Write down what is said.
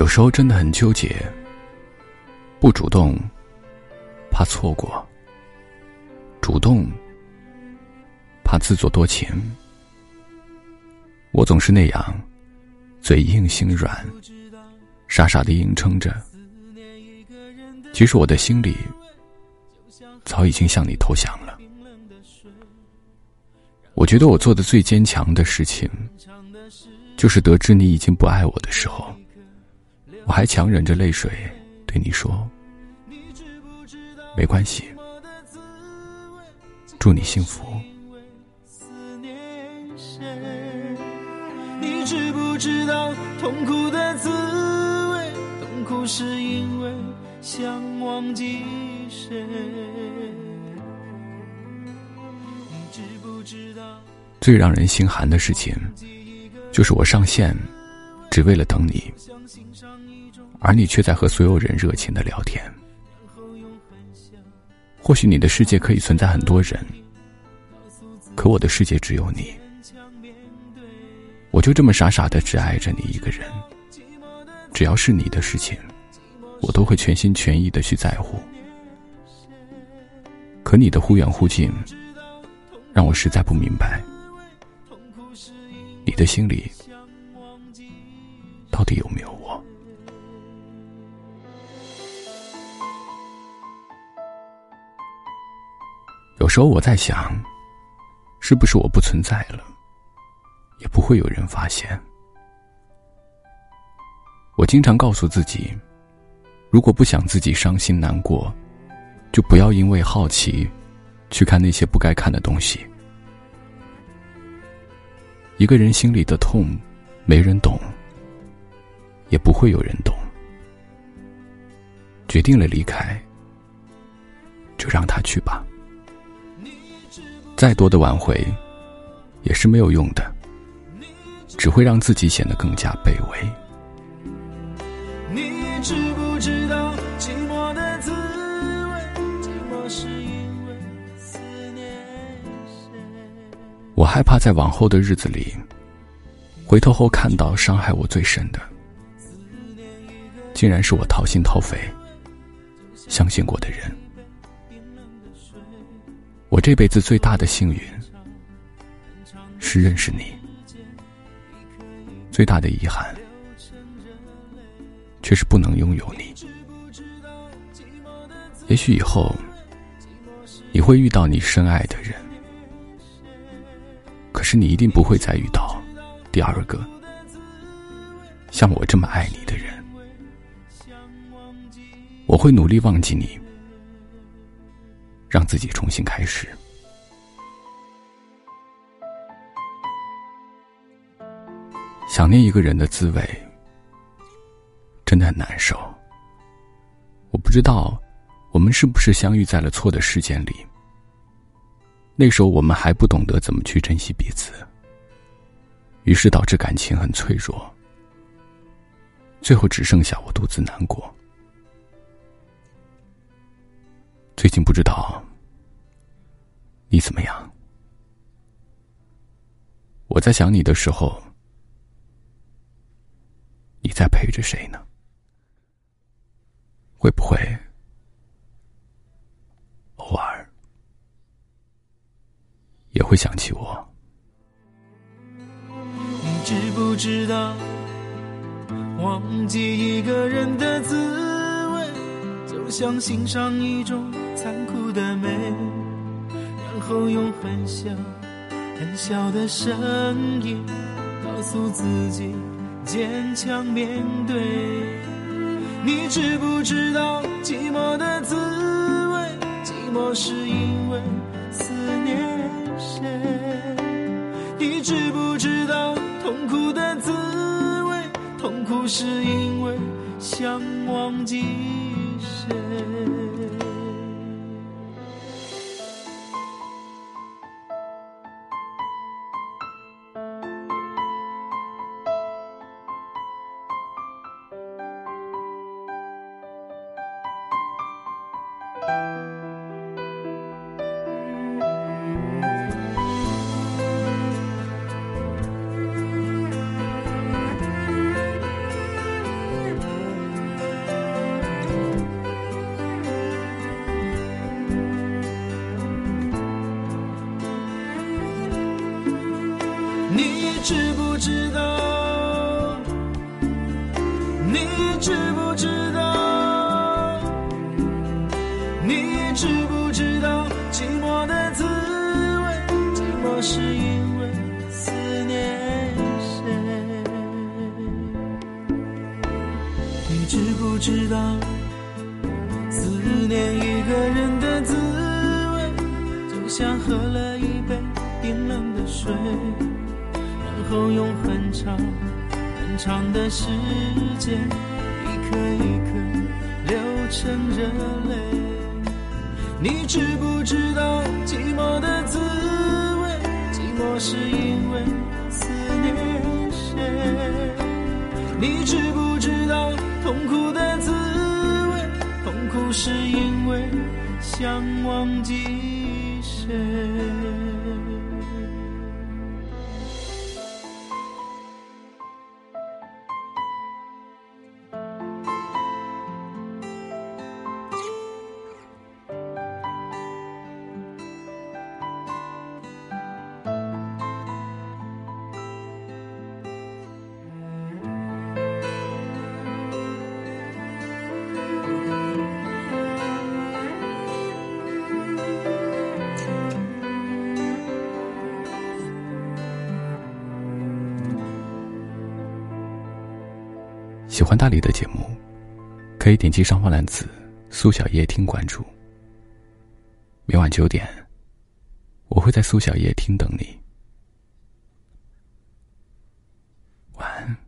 有时候真的很纠结，不主动怕错过，主动怕自作多情。我总是那样嘴硬心软，傻傻地硬撑着，其实我的心里早已经向你投降了。我觉得我做的最坚强的事情，就是得知你已经不爱我的时候，我还强忍着泪水对你说，没关系，祝你幸福。 你知不知道痛苦的滋味？痛苦是因为想忘记谁。你知不知道最让人心寒的事情，就是我上线只为了等你，而你却在和所有人热情地聊天。或许你的世界可以存在很多人，可我的世界只有你。我就这么傻傻地只爱着你一个人，只要是你的事情，我都会全心全意地去在乎。可你的忽远忽近，让我实在不明白，你的心里到底有没有我？有时候我在想，是不是我不存在了，也不会有人发现。我经常告诉自己，如果不想自己伤心难过，就不要因为好奇去看那些不该看的东西。一个人心里的痛，没人懂，也不会有人懂。决定了离开，就让他去吧。再多的挽回，也是没有用的，只会让自己显得更加卑微。 你知不知道寂寞的滋味？寂寞是因为思念谁？ 我害怕在往后的日子里，回头后看到伤害我最深的，竟然是我掏心掏肺相信过的人。我这辈子最大的幸运是认识你，最大的遗憾却是不能拥有你。也许以后你会遇到你深爱的人，可是你一定不会再遇到第二个像我这么爱你的人。我会努力忘记你，让自己重新开始。想念一个人的滋味真的很难受。我不知道我们是不是相遇在了错的时间里，那时候我们还不懂得怎么去珍惜彼此，于是导致感情很脆弱，最后只剩下我独自难过。最近不知道你怎么样？我在想你的时候，你在陪着谁呢？会不会偶尔也会想起我？ 你知不知道忘记一个人的滋味，就像欣赏一种残酷的美，然后用很小很小的声音告诉自己坚强面对。你知不知道寂寞的滋味？寂寞是因为思念谁？你知不知道痛苦的滋味？痛苦是因为想忘记谁？ 你知不知道？你知不知道？你知不知道寂寞的滋味？寂寞是因为思念谁？你知不知道思念一个人的滋味，就像喝了一杯冰冷的水，然后用很长很长的时间一颗一颗流成热泪。你知不知道寂寞的滋味？寂寞是因为思念谁？你知不知道痛苦的滋味？痛苦是因为想忘记谁？ 喜欢大理的节目，可以点击上方蓝字苏小夜听关注。每晚9点，我会在苏小夜听等你。晚安。